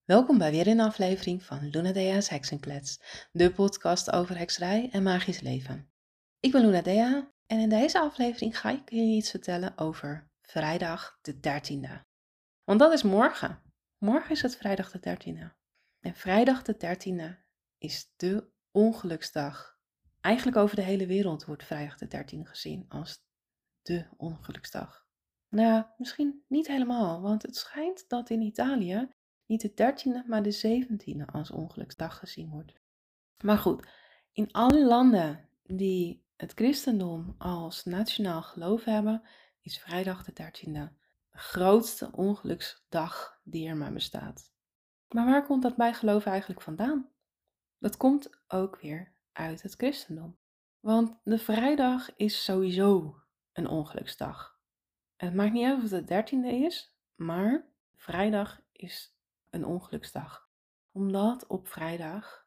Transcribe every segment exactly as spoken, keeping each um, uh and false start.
Welkom bij weer een aflevering van Luna Dea's Heksenklets, de podcast over hekserij en magisch leven. Ik ben Luna Dea en in deze aflevering ga ik je iets vertellen over vrijdag de dertiende. Want dat is morgen. Morgen is het vrijdag de dertiende. En vrijdag de dertiende is de ongeluksdag. Eigenlijk over de hele wereld wordt vrijdag de dertiende gezien als de ongeluksdag. Nou, misschien niet helemaal, want het schijnt dat in Italië niet de dertiende, maar de zeventiende als ongeluksdag gezien wordt. Maar goed, in alle landen die het christendom als nationaal geloof hebben, is vrijdag de dertiende de grootste ongeluksdag die er maar bestaat. Maar waar komt dat bijgeloof eigenlijk vandaan? Dat komt ook weer uit het christendom. Want de vrijdag is sowieso een ongeluksdag. Het maakt niet uit of het de dertiende is, maar vrijdag is een ongeluksdag. Omdat op vrijdag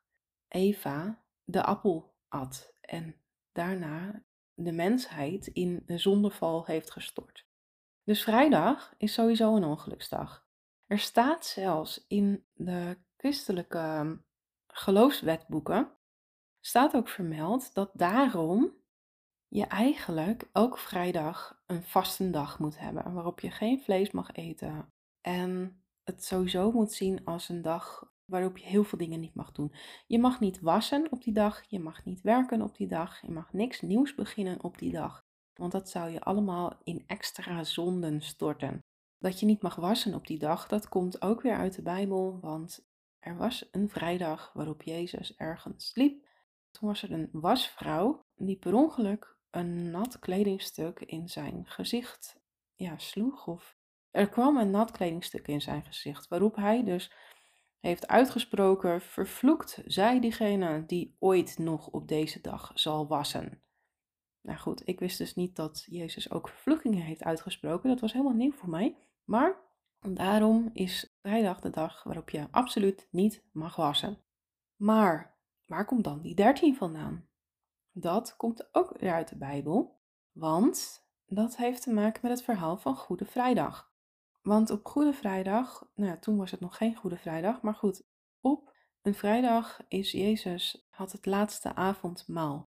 Eva de appel at en daarna de mensheid in de zondeval heeft gestort. Dus vrijdag is sowieso een ongeluksdag. Er staat zelfs in de christelijke geloofswetboeken, staat ook vermeld dat daarom je eigenlijk ook vrijdag een vastendag moet hebben, waarop je geen vlees mag eten. En het sowieso moet zien als een dag waarop je heel veel dingen niet mag doen. Je mag niet wassen op die dag, je mag niet werken op die dag, je mag niks nieuws beginnen op die dag. Want dat zou je allemaal in extra zonden storten. Dat je niet mag wassen op die dag, dat komt ook weer uit de Bijbel, want er was een vrijdag waarop Jezus ergens sliep. Toen was er een wasvrouw die per ongeluk een nat kledingstuk in zijn gezicht ja, sloeg. Of er kwam een nat kledingstuk in zijn gezicht, waarop hij dus heeft uitgesproken: vervloekt zij diegene die ooit nog op deze dag zal wassen. Nou goed, ik wist dus niet dat Jezus ook vervloekingen heeft uitgesproken. Dat was helemaal nieuw voor mij. Maar daarom is vrijdag de dag waarop je absoluut niet mag wassen. Maar waar komt dan die dertien vandaan? Dat komt ook weer uit de Bijbel, want dat heeft te maken met het verhaal van Goede Vrijdag. Want op Goede Vrijdag, nou ja, toen was het nog geen Goede Vrijdag, maar goed, op een vrijdag is Jezus, had het laatste avondmaal.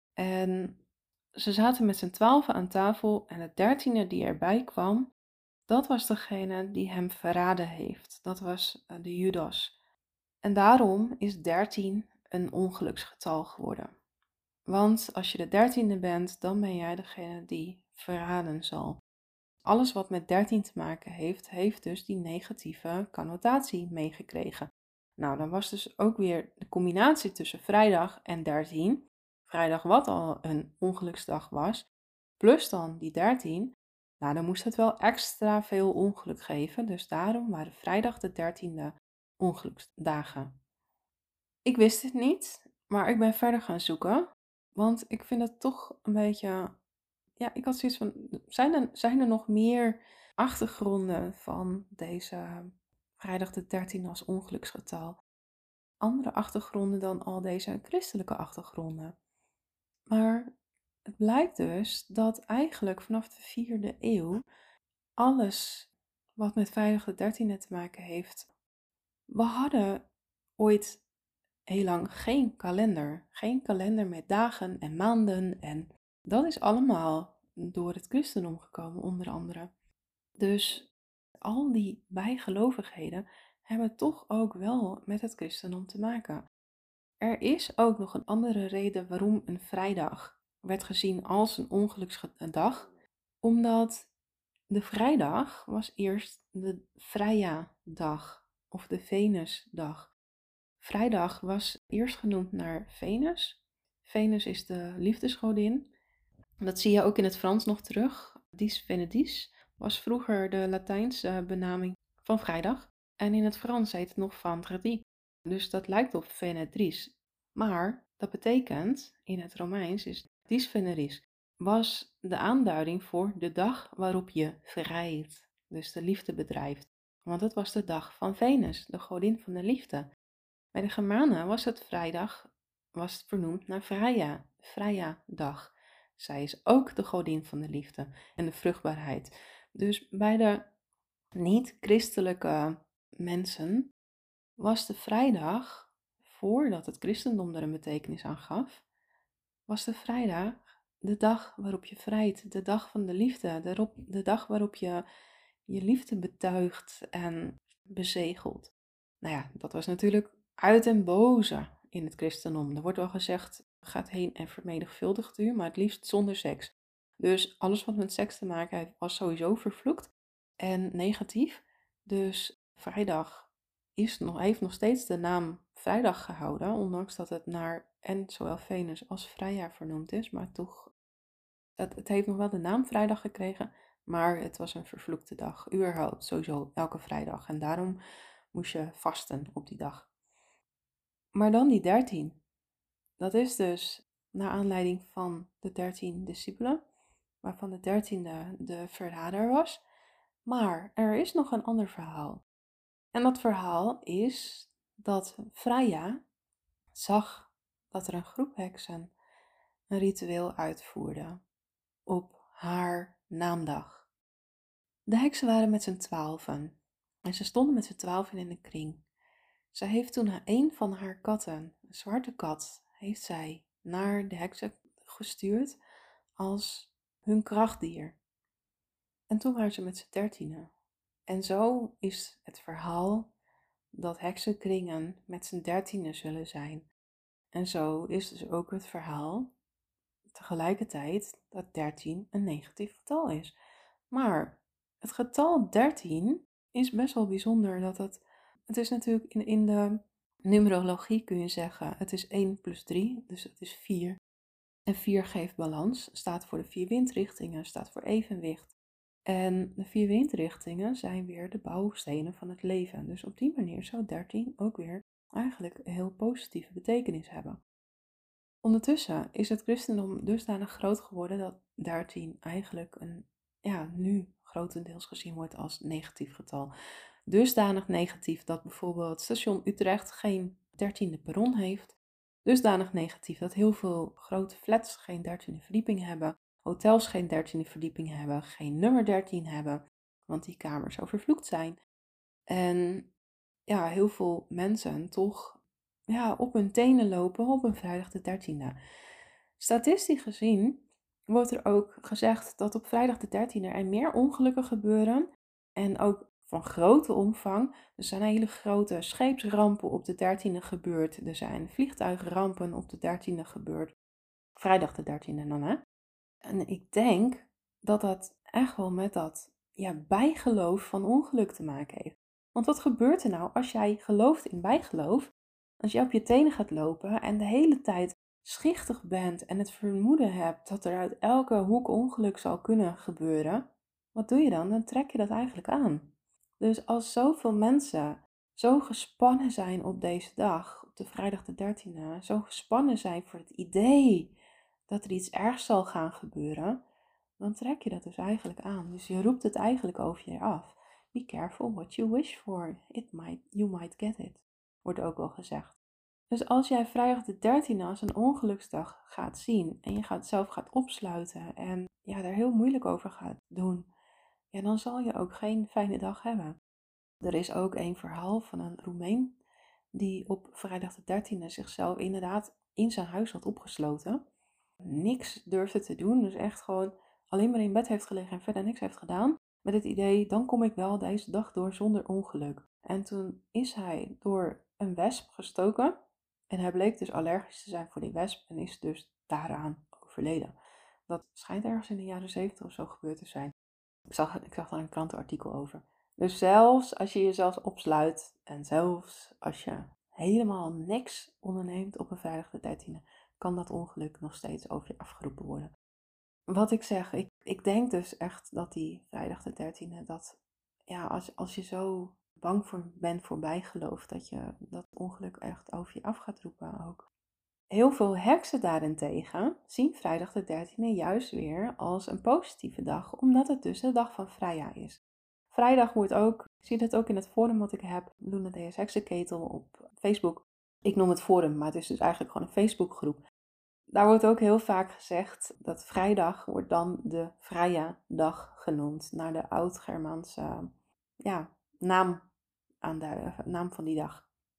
En ze zaten met z'n twaalfen aan tafel en de dertiende die erbij kwam, dat was degene die hem verraden heeft. Dat was uh, de Judas. En daarom is dertien een ongeluksgetal geworden. Want als je de dertiende bent, dan ben jij degene die verraden zal. Alles wat met dertien te maken heeft, heeft dus die negatieve connotatie meegekregen. Nou, dan was dus ook weer de combinatie tussen vrijdag en dertien. Vrijdag wat al een ongeluksdag was, plus dan die dertien. Nou, dan moest het wel extra veel ongeluk geven. Dus daarom waren vrijdag de dertiende ongeluksdagen. Ik wist het niet, maar ik ben verder gaan zoeken. Want ik vind het toch een beetje. Ja, ik had zoiets van. Zijn er, zijn er nog meer achtergronden van deze vrijdag de dertiende als ongeluksgetal? Andere achtergronden dan al deze christelijke achtergronden. Maar het blijkt dus dat eigenlijk vanaf de vierde eeuw alles wat met vrijdag de dertiende te maken heeft. We hadden ooit heel lang geen kalender. Geen kalender met dagen en maanden. En dat is allemaal door het christendom gekomen, onder andere. Dus al die bijgelovigheden hebben toch ook wel met het christendom te maken. Er is ook nog een andere reden waarom een vrijdag werd gezien als een ongeluksdag. Omdat de vrijdag was eerst de Freya-dag of de Venusdag. Vrijdag was eerst genoemd naar Venus. Venus is de liefdesgodin. Dat zie je ook in het Frans nog terug. Dies Venedis was vroeger de Latijnse benaming van vrijdag. En in het Frans heet het nog vendredi. Dus dat lijkt op Venedris. Maar dat betekent, in het Romeins is Dies Veneris, was de aanduiding voor de dag waarop je vrijt. Dus de liefde bedrijft. Want het was de dag van Venus, de godin van de liefde. Bij de Germanen was het vrijdag was het vernoemd naar Freya, Freya-dag. Zij is ook de godin van de liefde en de vruchtbaarheid. Dus bij de niet-christelijke mensen was de vrijdag, voordat het christendom er een betekenis aan gaf, was de vrijdag de dag waarop je vrijt, de dag van de liefde, de, rop- de dag waarop je je liefde betuigt en bezegelt. Nou ja, dat was natuurlijk uit den boze in het christendom. Er wordt wel gezegd, gaat heen en vermenigvuldigt u, maar het liefst zonder seks. Dus alles wat met seks te maken heeft, was sowieso vervloekt en negatief. Dus vrijdag is nog, heeft nog steeds de naam vrijdag gehouden, ondanks dat het naar en zowel Venus als Freya vernoemd is. Maar toch, het, het heeft nog wel de naam vrijdag gekregen, maar het was een vervloekte dag. Überhaupt, sowieso elke vrijdag. En daarom moest je vasten op die dag. Maar dan die dertien. Dat is dus naar aanleiding van de dertien discipelen, waarvan de dertiende de verrader was. Maar er is nog een ander verhaal. En dat verhaal is dat Freya zag dat er een groep heksen een ritueel uitvoerde op haar naamdag. De heksen waren met z'n twaalfen en ze stonden met z'n twaalfen in een kring. Zij heeft toen een van haar katten, een zwarte kat, heeft zij naar de heksen gestuurd als hun krachtdier. En toen waren ze met z'n dertienen. En zo is het verhaal dat heksenkringen met z'n dertienen zullen zijn. En zo is dus ook het verhaal tegelijkertijd dat dertien een negatief getal is. Maar het getal dertien is best wel bijzonder dat het, het is natuurlijk in, in de numerologie kun je zeggen, het is één plus drie, dus het is vier. En vier geeft balans, staat voor de vier windrichtingen, staat voor evenwicht. En de vier windrichtingen zijn weer de bouwstenen van het leven. Dus op die manier zou dertien ook weer eigenlijk een heel positieve betekenis hebben. Ondertussen is het christendom dusdanig groot geworden dat dertien eigenlijk een, ja, nu grotendeels gezien wordt als negatief getal. Dusdanig negatief dat bijvoorbeeld station Utrecht geen dertiende perron heeft. Dusdanig negatief dat heel veel grote flats geen dertiende verdieping hebben. Hotels geen dertiende verdieping hebben, geen nummer dertien hebben, want die kamers zo vervloekt zijn. En ja, heel veel mensen toch ja, op hun tenen lopen op een vrijdag de dertiende. Statistisch gezien wordt er ook gezegd dat op vrijdag de dertiende er meer ongelukken gebeuren en ook van grote omvang. Er zijn hele grote scheepsrampen op de dertiende gebeurd. Er zijn vliegtuigrampen op de dertiende gebeurd. Vrijdag de dertiende dan, hè? En ik denk dat dat echt wel met dat ja, bijgeloof van ongeluk te maken heeft. Want wat gebeurt er nou als jij gelooft in bijgeloof? Als je op je tenen gaat lopen en de hele tijd schichtig bent en het vermoeden hebt dat er uit elke hoek ongeluk zal kunnen gebeuren, wat doe je dan? Dan trek je dat eigenlijk aan. Dus als zoveel mensen zo gespannen zijn op deze dag, op de vrijdag de dertiende, zo gespannen zijn voor het idee dat er iets ergs zal gaan gebeuren, dan trek je dat dus eigenlijk aan. Dus je roept het eigenlijk over je af. Be careful what you wish for. It might, you might get it, wordt ook wel gezegd. Dus als jij vrijdag de dertiende als een ongeluksdag gaat zien en je gaat zelf gaat opsluiten en ja, daar heel moeilijk over gaat doen, ja, dan zal je ook geen fijne dag hebben. Er is ook een verhaal van een Roemeen die op vrijdag de dertiende zichzelf inderdaad in zijn huis had opgesloten. Niks durfde te doen, dus echt gewoon alleen maar in bed heeft gelegen en verder niks heeft gedaan. Met het idee, dan kom ik wel deze dag door zonder ongeluk. En toen is hij door een wesp gestoken en hij bleek dus allergisch te zijn voor die wesp en is dus daaraan overleden. Dat schijnt ergens in de jaren zeventig of zo gebeurd te zijn. Ik zag, ik zag daar een krantenartikel over. Dus zelfs als je jezelf opsluit en zelfs als je helemaal niks onderneemt op een vrijdag de dertiende, kan dat ongeluk nog steeds over je afgeroepen worden. Wat ik zeg, ik, ik denk dus echt dat die vrijdag de dertiende, dat ja, als, als je zo bang voor bent voor bijgeloof, dat je dat ongeluk echt over je af gaat roepen ook. Heel veel heksen daarentegen zien vrijdag de dertiende juist weer als een positieve dag, omdat het dus de dag van Freya is. Vrijdag wordt ook, ik zie dat ook in het forum wat ik heb, Luna Dea's Heksenketel op Facebook. Ik noem het forum, maar het is dus eigenlijk gewoon een Facebookgroep. Daar wordt ook heel vaak gezegd dat vrijdag wordt dan de Freya-dag genoemd, naar de oud-Germaanse ja, naam, aan de naam van die dag.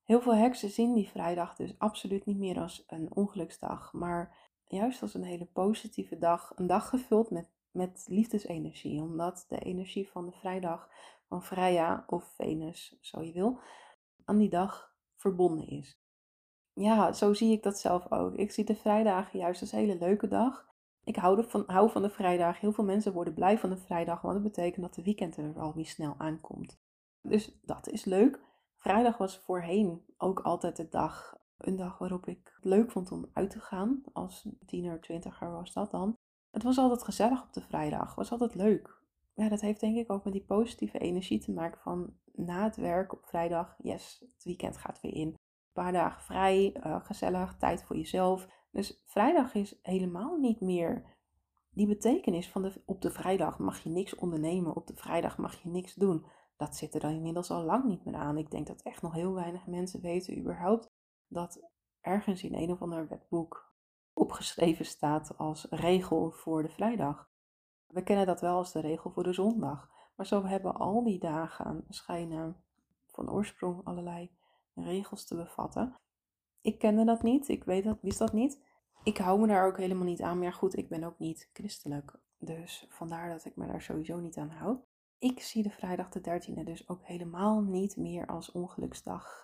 Heel veel heksen zien die vrijdag dus absoluut niet meer als een ongeluksdag, maar juist als een hele positieve dag. Een dag gevuld met, met liefdesenergie, omdat de energie van de vrijdag van Freya of Venus, zo je wil, aan die dag verbonden is. Ja, zo zie ik dat zelf ook. Ik zie de vrijdagen juist als een hele leuke dag. Ik hou, van, hou van de vrijdag. Heel veel mensen worden blij van de vrijdag, want dat betekent dat de weekend er alweer snel aankomt. Dus dat is leuk. Vrijdag was voorheen ook altijd de dag, een dag waarop ik het leuk vond om uit te gaan. Als tiener, twintiger was dat dan. Het was altijd gezellig op de vrijdag. Het was altijd leuk. Ja, dat heeft denk ik ook met die positieve energie te maken van na het werk op vrijdag. Yes, het weekend gaat weer in. Een paar dagen vrij, uh, gezellig, tijd voor jezelf. Dus vrijdag is helemaal niet meer die betekenis van de, op de vrijdag mag je niks ondernemen, op de vrijdag mag je niks doen. Dat zit er dan inmiddels al lang niet meer aan. Ik denk dat echt nog heel weinig mensen weten überhaupt dat ergens in een of ander wetboek opgeschreven staat als regel voor de vrijdag. We kennen dat wel als de regel voor de zondag. Maar zo hebben al die dagen schijnen van oorsprong allerlei regels te bevatten. Ik kende dat niet, ik weet dat, wist dat niet. Ik hou me daar ook helemaal niet aan, maar goed, ik ben ook niet christelijk. Dus vandaar dat ik me daar sowieso niet aan hou. Ik zie de vrijdag de dertiende dus ook helemaal niet meer als ongeluksdag.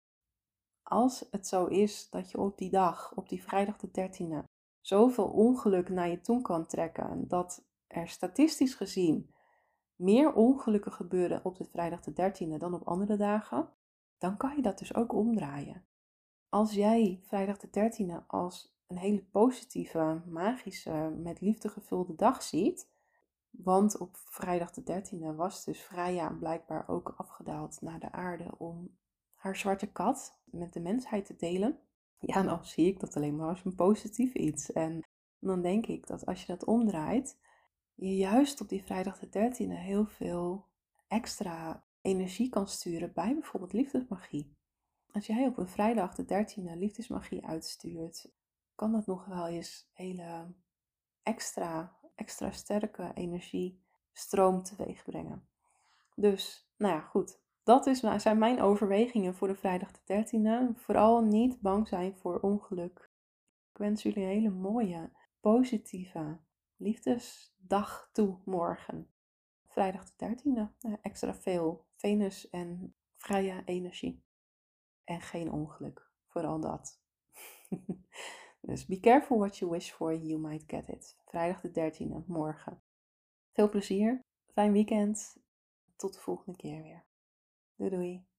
Als het zo is dat je op die dag, op die vrijdag de dertiende, zoveel ongeluk naar je toe kan trekken, dat er statistisch gezien meer ongelukken gebeuren op de vrijdag de dertiende dan op andere dagen, dan kan je dat dus ook omdraaien. Als jij vrijdag de dertiende als een hele positieve, magische, met liefde gevulde dag ziet, want op vrijdag de dertiende was dus Freya blijkbaar ook afgedaald naar de aarde om haar zwarte kat met de mensheid te delen. Ja, dan zie ik dat alleen maar als een positief iets. En dan denk ik dat als je dat omdraait, je juist op die vrijdag de dertiende heel veel extra energie kan sturen bij bijvoorbeeld liefdesmagie. Als jij op een vrijdag de dertiende liefdesmagie uitstuurt, kan dat nog wel eens hele extra, extra sterke energiestroom teweeg brengen. Dus, nou ja, goed. Dat is, zijn mijn overwegingen voor de vrijdag de dertiende. Vooral niet bang zijn voor ongeluk. Ik wens jullie een hele mooie, positieve liefdesdag toe morgen. Vrijdag de dertiende. Extra veel Venus en vrije energie. En geen ongeluk. Vooral dat. Dus be careful what you wish for, you might get it. Vrijdag de dertiende, morgen. Veel plezier, fijn weekend. Tot de volgende keer weer. Doei doei.